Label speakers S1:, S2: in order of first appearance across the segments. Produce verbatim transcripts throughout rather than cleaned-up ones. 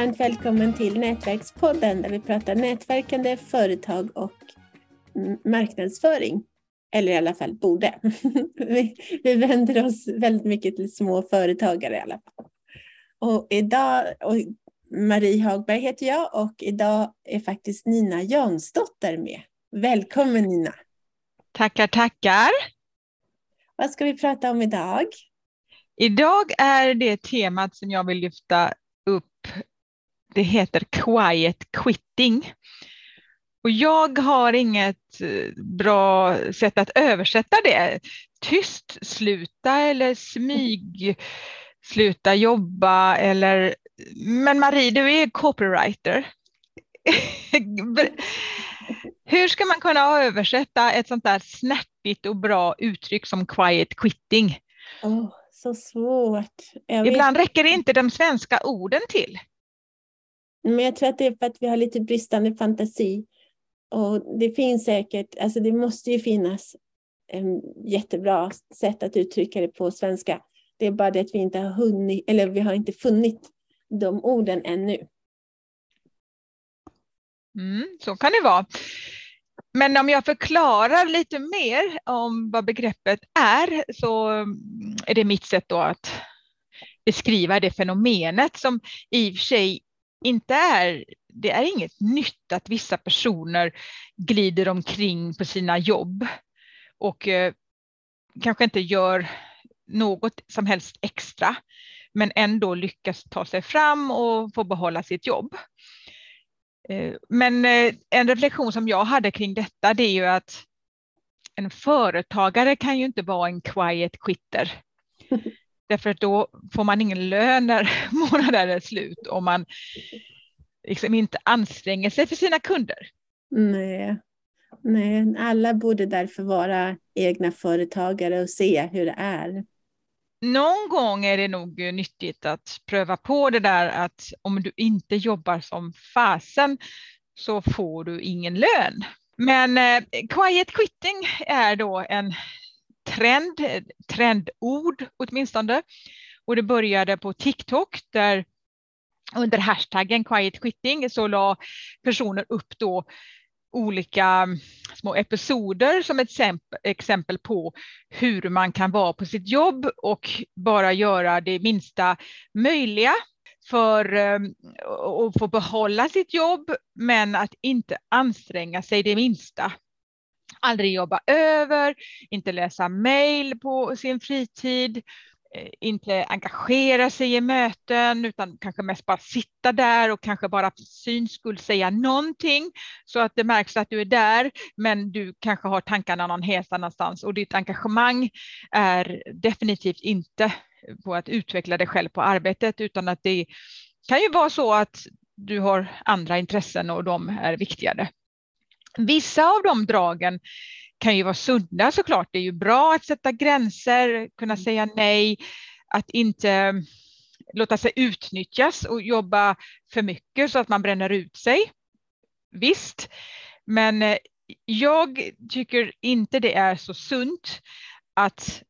S1: varmt välkommen till Nätverkspodden där vi pratar nätverkande, företag och marknadsföring. Eller i alla fall borde. vi, vi vänder oss väldigt mycket till små företagare i alla fall. Och idag, och Marie Hagberg heter jag och idag är faktiskt Nina Jansdotter med. Välkommen Nina.
S2: Tackar, tackar.
S1: Vad ska vi prata om idag?
S2: Idag är det temat som jag vill lyfta upp. Det heter quiet quitting. Och jag har inget bra sätt att översätta det. Tyst sluta eller smyg sluta jobba eller... Men Marie, du är copywriter. Hur ska man kunna översätta ett sånt där snärtigt och bra uttryck som quiet quitting?
S1: Åh, oh, så svårt. Jag
S2: Ibland
S1: vet...
S2: räcker inte de svenska orden till.
S1: Men jag tror att det är för att vi har lite bristande fantasi. Och det finns säkert, alltså det måste ju finnas en jättebra sätt att uttrycka det på svenska. Det är bara det att vi inte har hunnit, eller vi har inte funnit de orden ännu.
S2: Mm, så kan det vara. Men om jag förklarar lite mer om vad begreppet är så är det mitt sätt då att beskriva det fenomenet som i och för sig inte är, det är inget nytt att vissa personer glider omkring på sina jobb och eh, kanske inte gör något som helst extra men ändå lyckas ta sig fram och få behålla sitt jobb. Eh, men eh, en reflektion som jag hade kring detta det är ju att en företagare kan ju inte vara en quiet quitter. Därför att då får man ingen lön när månaden är slut om man liksom inte anstränger sig för sina kunder.
S1: Nej. Nej, alla borde därför vara egna företagare och se hur det är.
S2: Någon gång är det nog nyttigt att pröva på det där att om du inte jobbar som fasen så får du ingen lön. Men eh, quiet quitting är då en trend, trendord åtminstone. Och det började på TikTok där under hashtaggen quiet quitting så la personer upp då olika små episoder som ett exempel på hur man kan vara på sitt jobb och bara göra det minsta möjliga för att få behålla sitt jobb men att inte anstränga sig det minsta. Aldrig jobba över, inte läsa mejl på sin fritid, inte engagera sig i möten utan kanske mest bara sitta där och kanske bara för syns skull säga någonting så att det märks att du är där men du kanske har tankarna någon helt annanstans och ditt engagemang är definitivt inte på att utveckla dig själv på arbetet utan att det kan ju vara så att du har andra intressen och de är viktigare. Vissa av de dragen kan ju vara sunda såklart. Det är ju bra att sätta gränser, kunna säga nej, att inte låta sig utnyttjas och jobba för mycket så att man bränner ut sig. Visst, men jag tycker inte det är så sunt att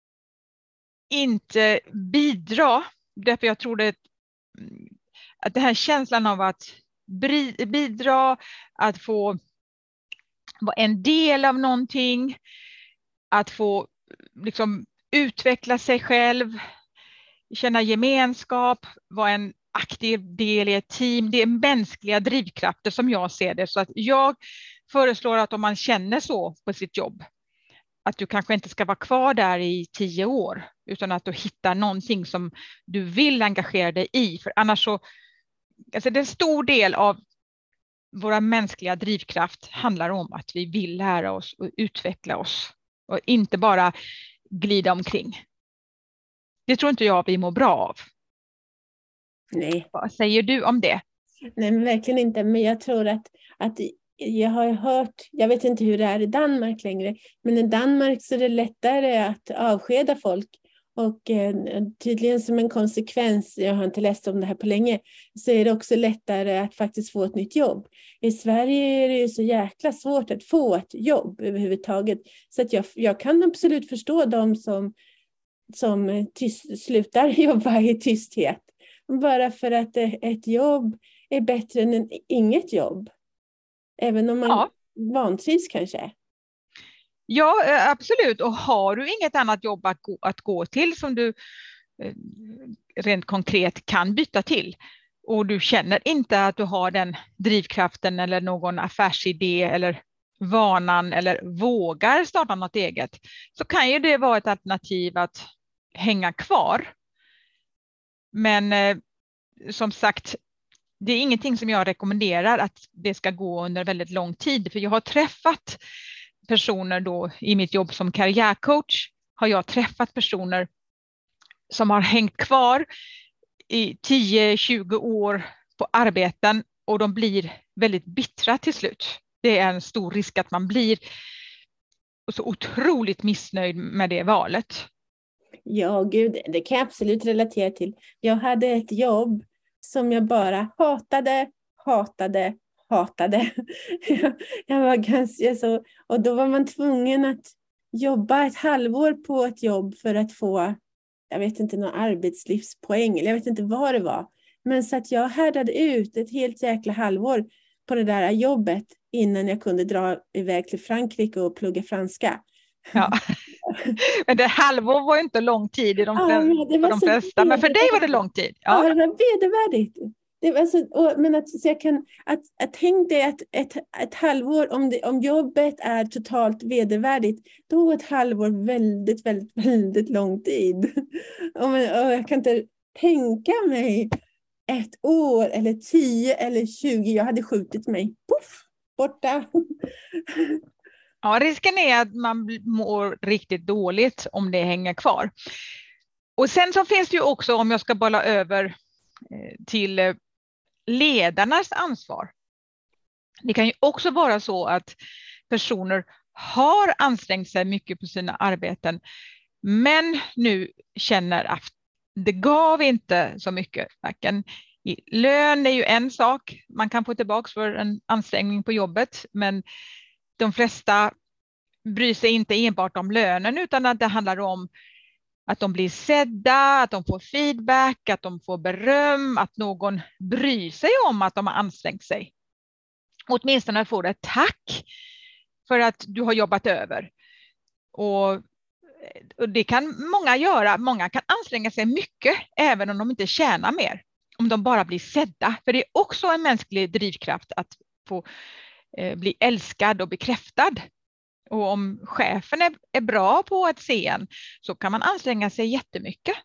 S2: inte bidra. Därför jag tror det, att det här känslan av att bidra, att få vara en del av någonting, att få liksom utveckla sig själv, känna gemenskap, vara en aktiv del i ett team. Det är mänskliga drivkrafter som jag ser det. Så att jag föreslår att om man känner så på sitt jobb, att du kanske inte ska vara kvar där i tio år, utan att du hittar någonting som du vill engagera dig i. För annars så, alltså det är en stor del av våra mänskliga drivkraft handlar om att vi vill lära oss och utveckla oss och inte bara glida omkring. Det tror inte jag vi mår bra av.
S1: Nej.
S2: Vad säger du om det?
S1: Nej, men verkligen inte. Men jag tror att, att jag har hört, jag vet inte hur det är i Danmark längre, men i Danmark så är det lättare att avskeda folk. Och eh, tydligen som en konsekvens, jag har inte läst om det här på länge, så är det också lättare att faktiskt få ett nytt jobb. I Sverige är det ju så jäkla svårt att få ett jobb överhuvudtaget. Så att jag, jag kan absolut förstå de som, som tyst, slutar jobba i tysthet. bara för att ett jobb är bättre än inget jobb. Även om man
S2: Ja.
S1: vantrivs kanske.
S2: Ja, absolut. Och har du inget annat jobb att gå, att gå till som du eh, rent konkret kan byta till, och du känner inte att du har den drivkraften eller någon affärsidé eller vanan eller vågar starta något eget, så kan ju det vara ett alternativ att hänga kvar. Men eh, som sagt, det är ingenting som jag rekommenderar att det ska gå under väldigt lång tid, för jag har träffat personer då i mitt jobb som karriärcoach, har jag träffat personer som har hängt kvar i tio tjugo år på arbeten och de blir väldigt bittra till slut. Det är en stor risk att man blir så otroligt missnöjd med det valet.
S1: Ja, gud, det kan jag absolut relatera till. Jag hade ett jobb som jag bara hatade, hatade, hatade. Jag var ganska så, och då var man tvungen att jobba ett halvår på ett jobb för att få, jag vet inte, någon arbetslivspoäng, eller jag vet inte vad det var. Men så att jag härdade ut ett helt jäkla halvår på det där jobbet innan jag kunde dra iväg till Frankrike och plugga franska.
S2: Ja. Men det halvår var ju inte lång tid i de,
S1: ja,
S2: för de flesta, men för dig var det lång tid.
S1: Ja, ja, det var vedervärdigt. Det var så, och, men att, så jag kan, att, att tänk dig att ett, ett halvår, om, det, om jobbet är totalt vedervärdigt, då är ett halvår väldigt, väldigt, väldigt lång tid. Och, men, och jag kan inte tänka mig ett år eller tio eller tjugo, jag hade skjutit mig. Puff, borta.
S2: Ja, risken är att man mår riktigt dåligt om det hänger kvar. Och sen så finns det ju också, om jag ska bolla över till ledarnas ansvar. Det kan ju också vara så att personer har ansträngt sig mycket på sina arbeten, men nu känner att det gav inte så mycket. Varken i lön är ju en sak, man kan få tillbaka för en ansträngning på jobbet, men de flesta bryr sig inte enbart om lönen, utan att det handlar om att de blir sedda, att de får feedback, att de får beröm, att någon bryr sig om att de har ansträngt sig. Åtminstone får ett tack för att du har jobbat över. Och, och det kan många göra. Många kan anstränga sig mycket även om de inte tjänar mer. Om de bara blir sedda. För det är också en mänsklig drivkraft att få eh, bli älskad och bekräftad. Och om chefen är, är bra på att se en, så kan man anstränga sig jättemycket.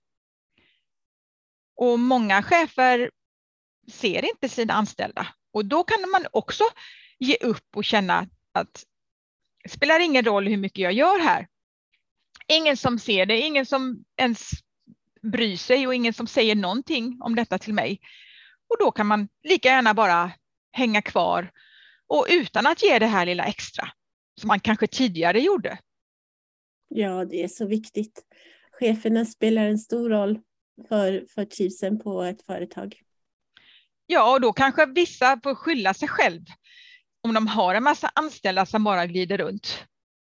S2: Och många chefer ser inte sina anställda. Och då kan man också ge upp och känna att det spelar ingen roll hur mycket jag gör här. Ingen som ser det, ingen som ens bryr sig och ingen som säger någonting om detta till mig. Och då kan man lika gärna bara hänga kvar och utan att ge det här lilla extra som man kanske tidigare gjorde.
S1: Ja, det är så viktigt. Cheferna spelar en stor roll för, för trivseln på ett företag.
S2: Ja, och då kanske vissa får skylla sig själv om de har en massa anställda som bara glider runt.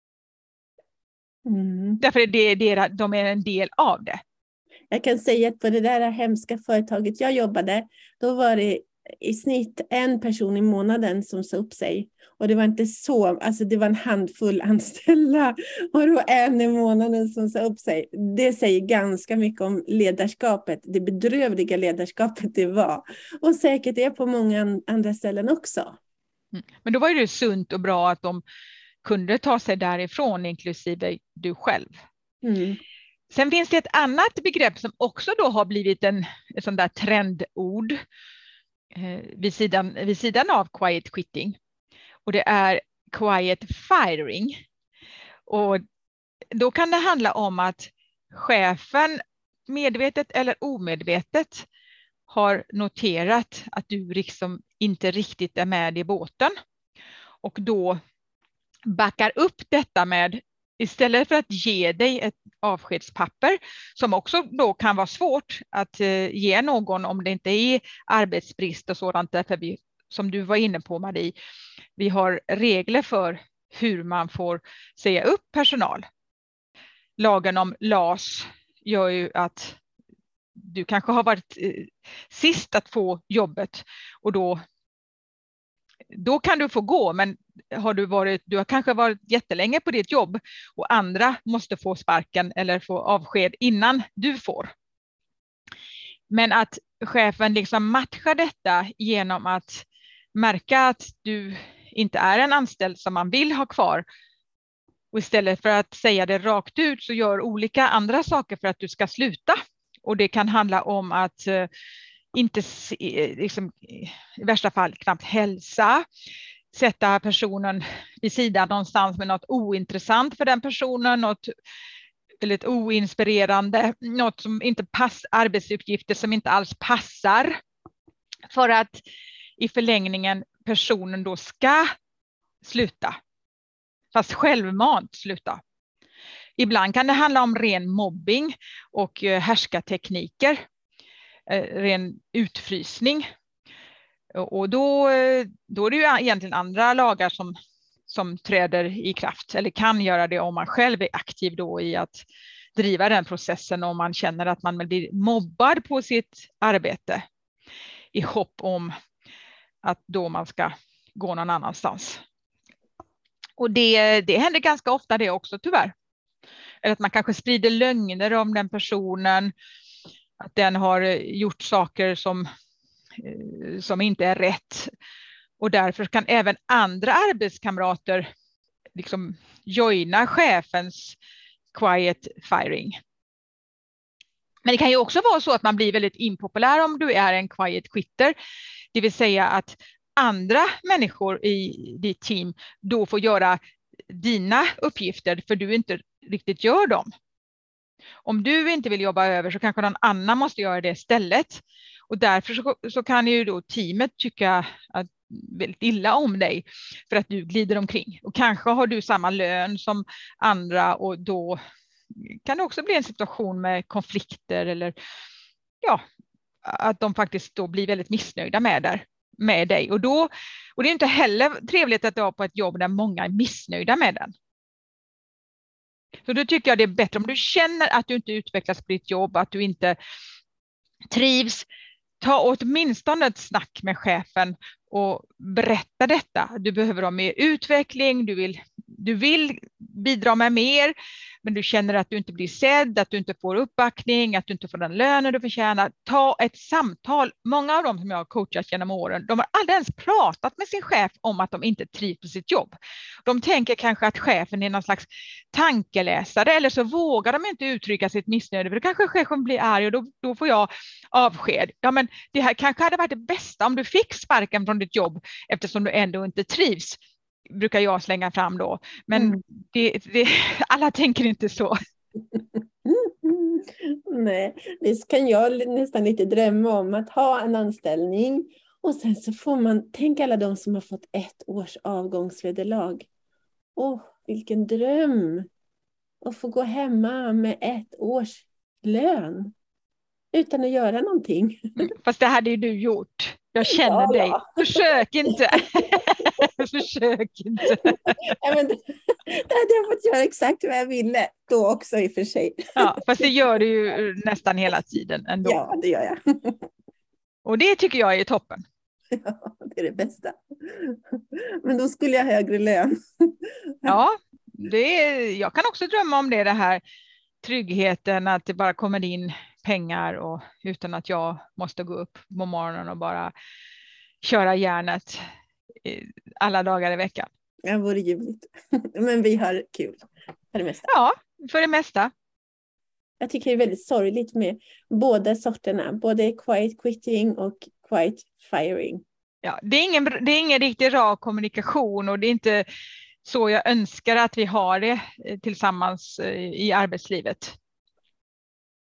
S1: Mm.
S2: Därför är det, det, de är en del av det.
S1: Jag kan säga att på det där hemska företaget jag jobbade, då var det i snitt en person i månaden som sa upp sig. Och det var inte så, alltså det var en handfull anställda och det var en i månaden som sa upp sig. Det säger ganska mycket om ledarskapet, det bedrövliga ledarskapet det var. Och säkert är på många andra ställen också.
S2: Mm. Men då var det sunt och bra att de kunde ta sig därifrån, inklusive du själv.
S1: Mm.
S2: Sen finns det ett annat begrepp som också då har blivit en, en sån där trendord eh, vid, sidan, vid sidan av quiet quitting. Och det är quiet firing. Och då kan det handla om att chefen medvetet eller omedvetet har noterat att du liksom inte riktigt är med i båten. Och då backar upp detta med, istället för att ge dig ett avskedspapper, som också då kan vara svårt att eh, ge någon om det inte är arbetsbrist och sådant, därför vi, som du var inne på Marie, vi har regler för hur man får säga upp personal. Lagen om L A S gör ju att du kanske har varit eh, sist att få jobbet och då, då kan du få gå, men har du, varit, du har kanske varit jättelänge på ditt jobb och andra måste få sparken eller få avsked innan du får. Men att chefen liksom matchar detta genom att märka att du inte är en anställd som man vill ha kvar. Och istället för att säga det rakt ut så gör olika andra saker för att du ska sluta. Och det kan handla om att eh, inte liksom, i värsta fall knappt hälsa. Sätta personen vid sidan någonstans med något ointressant för den personen. Något väldigt oinspirerande. Något som inte passar, arbetsuppgifter som inte alls passar. För att i förlängningen personen då ska sluta. Fast självmant sluta. Ibland kan det handla om ren mobbing och härskartekniker. Ren utfrysning. Och då, då är det ju egentligen andra lagar som, som träder i kraft. Eller kan göra det om man själv är aktiv då i att driva den processen. Om man känner att man blir mobbad på sitt arbete. I hopp om att då man ska gå någon annanstans. Och det, det händer ganska ofta det också tyvärr. Eller att man kanske sprider lögner om den personen. Att den har gjort saker som, som inte är rätt. Och därför kan även andra arbetskamrater liksom joina chefens quiet firing. Men det kan ju också vara så att man blir väldigt impopulär om du är en quiet quitter. Det vill säga att andra människor i ditt team då får göra dina uppgifter för du inte riktigt gör dem. Om du inte vill jobba över så kanske någon annan måste göra det istället. Och därför så, så kan ju då teamet tycka att, väldigt illa om dig för att du glider omkring. Och kanske har du samma lön som andra och då kan det också bli en situation med konflikter eller ja, att de faktiskt då blir väldigt missnöjda med, där, med dig. Och, då, och det är inte heller trevligt att vara på ett jobb där många är missnöjda med den. Så då tycker jag det är bättre om du känner att du inte utvecklas på ditt jobb, att du inte trivs. Ta åtminstone ett snack med chefen och berätta detta. Du behöver ha mer utveckling, du vill, du vill bidra med mer, men du känner att du inte blir sedd, att du inte får uppbackning, att du inte får den lönen du förtjänar. Ta ett samtal. Många av dem som jag har coachat genom åren, de har aldrig ens pratat med sin chef om att de inte trivs på sitt jobb. De tänker kanske att chefen är någon slags tankeläsare eller så vågar de inte uttrycka sitt missnöje. För då kanske chefen blir arg och då, då får jag avsked. Ja, men det här kanske hade varit det bästa om du fick sparken från ditt jobb eftersom du ändå inte trivs. Brukar jag slänga fram då. Men mm. det, det, alla tänker inte så.
S1: Nej, det kan jag nästan lite drömma om. Att ha en anställning. Och sen så får man, tänk alla de som har fått ett års avgångsvederlag. Åh, vilken dröm. Att få gå hemma med ett års lön. Utan att göra någonting.
S2: Fast det hade ju du gjort. Jag känner ja, dig. Ja. Försök inte. Försök inte.
S1: Ja, men det hade jag fått göra exakt vad jag ville. Då också i och för sig.
S2: Ja, fast det gör du ju nästan hela tiden ändå.
S1: Ja, det gör jag.
S2: Och det tycker jag är toppen.
S1: Ja, det är det bästa. Men då skulle jag ha högre lön.
S2: Ja, det är, jag kan också drömma om det, det här tryggheten att det bara kommer in pengar och utan att jag måste gå upp på morgonen och bara köra järnet alla dagar i veckan.
S1: Ja, det vore ljuvligt. Men vi har kul för det mesta.
S2: Ja, för det mesta.
S1: Jag tycker det är väldigt sorgligt med båda sorterna. Både quiet quitting och quiet firing.
S2: Ja, det är ingen, det är ingen riktigt rak kommunikation och det är inte så jag önskar att vi har det tillsammans i arbetslivet.